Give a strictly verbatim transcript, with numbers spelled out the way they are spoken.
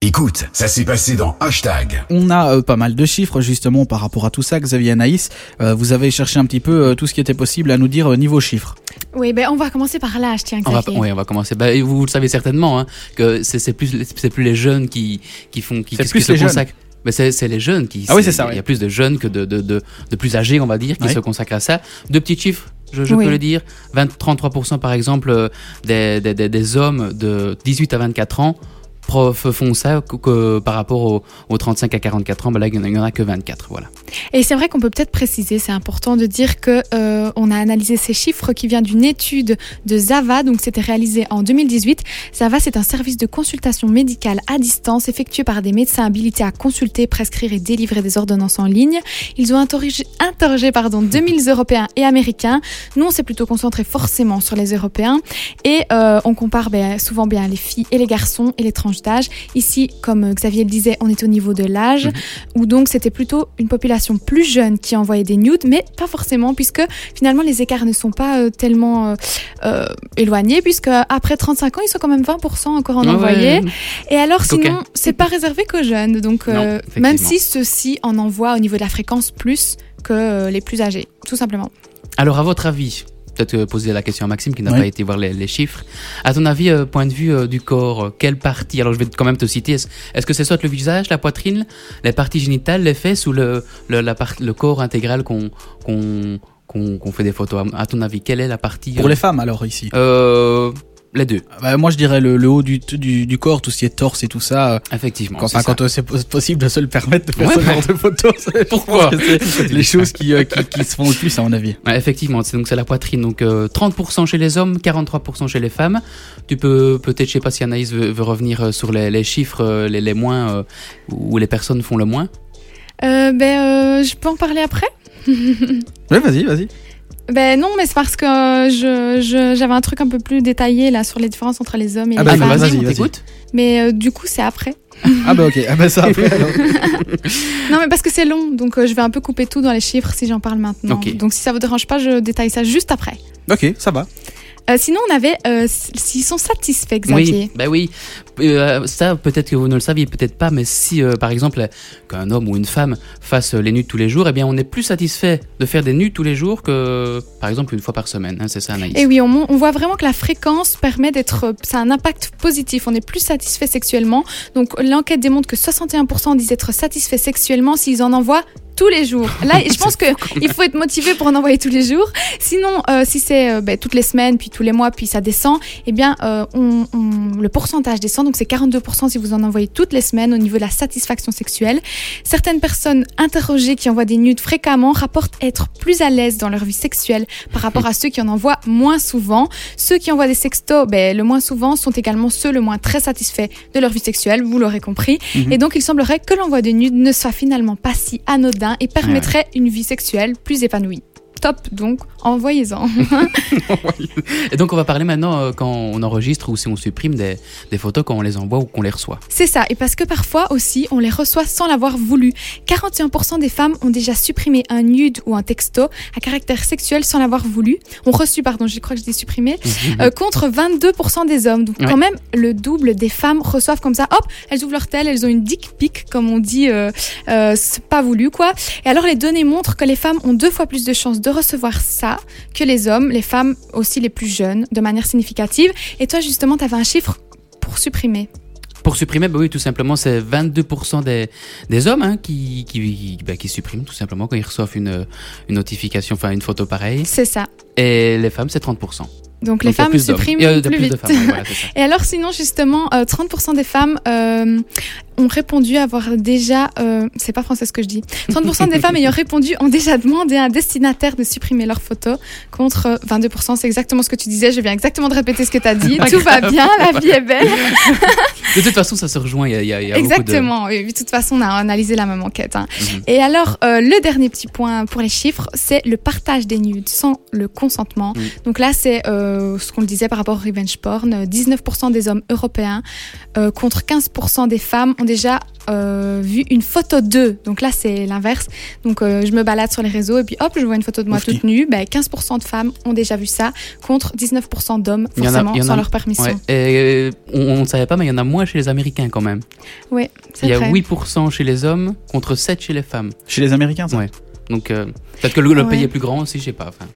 Écoute, ça s'est passé dans Hashtag. On a euh, pas mal de chiffres justement par rapport à tout ça. Xavier, Anaïs, euh, vous avez cherché un petit peu euh, tout ce qui était possible à nous dire euh, niveau chiffres. Oui, ben on va commencer par l'âge, tiens, On va, Xavier. oui, on va commencer. Bah, vous, vous le savez certainement, hein, que c'est, c'est plus, c'est plus les jeunes qui, qui font, qui, C'est qui, plus qui les se jeunes. consacrent. Mais c'est, c'est les jeunes qui. Ah oui, c'est ça, Il y ouais. a plus de jeunes que de, de, de, de plus âgés, on va dire, qui Ouais. se consacrent à ça. Deux petits chiffres. Je, je Oui. peux le dire, vingt, trente-trois pour cent par exemple euh, des, des, des, des hommes de dix-huit à vingt-quatre ans prof, font ça que, que par rapport aux, aux trente-cinq à quarante-quatre ans, ben là il n'y en a que vingt-quatre, voilà. Et c'est vrai qu'on peut peut-être préciser, c'est important de dire que euh, on a analysé ces chiffres qui vient d'une étude de Zava, donc c'était réalisé en deux mille dix-huit. Zava, c'est un service de consultation médicale à distance effectué par des médecins habilités à consulter, prescrire et délivrer des ordonnances en ligne. Ils ont interrogé, interrogé pardon, deux mille Européens et Américains. Nous, on s'est plutôt concentré forcément sur les Européens et euh, on compare ben, souvent bien les filles et les garçons et les tranches d'âge. Ici, comme Xavier le disait, on est au niveau de l'âge, mmh. où donc c'était plutôt une population plus jeune qui envoyait des nudes, mais pas forcément, puisque finalement les écarts ne sont pas euh, tellement euh, euh, éloignés, puisque après trente-cinq ans, ils sont quand même vingt pour cent encore en Ah envoyés. ouais. Et alors C'est sinon, okay. c'est pas réservé qu'aux jeunes, donc euh, Non, même si ceux-ci en envoient au niveau de la fréquence plus que euh, les plus âgés, tout simplement. Alors à votre avis, peut-être poser la question à Maxime qui n'a oui. pas été voir les, les chiffres. À ton avis, euh, point de vue euh, du corps, euh, quelle partie, alors je vais quand même te citer, est-ce, est-ce que c'est soit le visage, la poitrine, les parties génitales, les fesses ou le, le, la part, le corps intégral qu'on, qu'on, qu'on, qu'on fait des photos? À, à ton avis, quelle est la partie Pour euh, les femmes alors ici euh, Les deux. Bah, moi je dirais le, le haut du, du, du corps, tout ce qui est torse et tout ça. Effectivement. Quand, c'est enfin, quand euh, c'est possible de se le permettre de faire Ouais, ce bah, genre de photos. C'est, pourquoi c'est, c'est les choses qui, euh, qui, qui se font le plus à mon avis. Ouais, effectivement, c'est, donc c'est la poitrine. Donc euh, trente pour cent chez les hommes, quarante-trois pour cent chez les femmes. Tu peux peut-être, je sais pas si Anaïs veut, veut revenir sur les, les chiffres, euh, les, les moins, euh, où les personnes font le moins. Euh, ben, euh, je peux en parler après. Oui, vas-y, vas-y. Ben non, mais c'est parce que euh, je, je, j'avais un truc un peu plus détaillé là sur les différences entre les hommes et Ah les bah, femmes. vas-y, vas-y, on vas-y. t'écoute. Mais euh, du coup, c'est après. Ah bah ok, ah bah ça après alors. Non, mais parce que c'est long, donc euh, je vais un peu couper tout dans les chiffres si j'en parle maintenant. Ok. Donc si ça vous dérange pas, je détaille ça juste après. Ok, ça va. Euh, sinon, on avait euh, s'ils sont satisfaits, Xavier. Oui, bah oui. Euh, ça, peut-être que vous ne le saviez, peut-être pas, mais si, euh, par exemple, qu'un homme ou une femme fasse les nudes tous les jours, eh bien, on est plus satisfait de faire des nudes tous les jours que, par exemple, une fois par semaine. Hein, c'est ça, Anaïs. Et oui, on, on voit vraiment que la fréquence permet d'être, ça a un impact positif. On est plus satisfait sexuellement. Donc, l'enquête démontre que soixante et un pour cent disent être satisfaits sexuellement s'ils en envoient tous les jours. Là, je pense que il faut être motivé pour en envoyer tous les jours. Sinon, euh, si c'est euh, ben, toutes les semaines, puis tous les mois, puis ça descend, eh bien, euh, on, on, le pourcentage descend. Donc, c'est quarante-deux pour cent si vous en envoyez toutes les semaines au niveau de la satisfaction sexuelle. Certaines personnes interrogées qui envoient des nudes fréquemment rapportent être plus à l'aise dans leur vie sexuelle par rapport à ceux qui en envoient moins souvent. Ceux qui envoient des sextos, ben, le moins souvent, sont également ceux le moins très satisfaits de leur vie sexuelle, vous l'aurez compris. Mm-hmm. Et donc, il semblerait que l'envoi de nudes ne soit finalement pas si anodin et permettrait ouais. une vie sexuelle plus épanouie. Top, donc envoyez-en. Et donc on va parler maintenant euh, quand on enregistre ou si on supprime des, des photos quand on les envoie ou qu'on les reçoit. C'est ça, et parce que parfois aussi on les reçoit sans l'avoir voulu. quarante et un pour cent des femmes ont déjà supprimé un nude ou un texto à caractère sexuel sans l'avoir voulu. Ont reçu, pardon, je crois que je dis supprimé, mmh. euh, contre vingt-deux pour cent des hommes. Donc ouais. quand même le double des femmes reçoivent comme ça, hop, elles ouvrent leur tel, elles ont une dick pic comme on dit, euh, euh, c'est pas voulu quoi. Et alors les données montrent que les femmes ont deux fois plus de chances de recevoir ça que les hommes, les femmes aussi les plus jeunes, de manière significative. Et toi, justement, tu avais un chiffre pour supprimer. Pour supprimer, bah oui, tout simplement, c'est vingt-deux pour cent des, des hommes hein, qui, qui, bah, qui suppriment tout simplement quand ils reçoivent une, une notification, enfin une photo pareille. C'est ça. Et les femmes, c'est trente pour cent. Donc, Donc les femmes suppriment plus, euh, plus, plus vite. Femmes, ouais, voilà, et alors sinon, justement, euh, trente pour cent des femmes euh, ont répondu avoir déjà... Euh, c'est pas français ce que je dis. trente pour cent des femmes ayant répondu ont déjà demandé à un destinataire de supprimer leurs photos contre vingt-deux pour cent. C'est exactement ce que tu disais. Je viens exactement de répéter ce que tu as dit. Tout va bien, la vie est belle. De toute façon, ça se rejoint. Il y a, il y a, il y a exactement. De... Oui, de toute façon, on a analysé la même enquête. Hein. Mm-hmm. Et alors, euh, le dernier petit point pour les chiffres, c'est le partage des nudes sans le consentement. Mm. Donc là, c'est euh, ce qu'on le disait par rapport au revenge porn. dix-neuf pour cent des hommes européens euh, contre quinze pour cent des femmes ont déjà euh, vu une photo d'eux. Donc là, c'est l'inverse. Donc euh, je me balade sur les réseaux et puis hop, je vois une photo de moi Oufti. toute nue. Ben, quinze pour cent de femmes ont déjà vu ça, contre dix-neuf pour cent d'hommes, Il y en a- forcément, il y en a- sans leur permission. Ouais. Et euh, on ne savait pas, mais il y en a moins chez les Américains quand même. Oui, c'est Il y a vrai. huit pour cent chez les hommes contre sept chez les femmes. Chez les Américains, ça. Ouais. Donc euh, peut-être que le, le Ouais. pays est plus grand aussi, je sais pas. Enfin,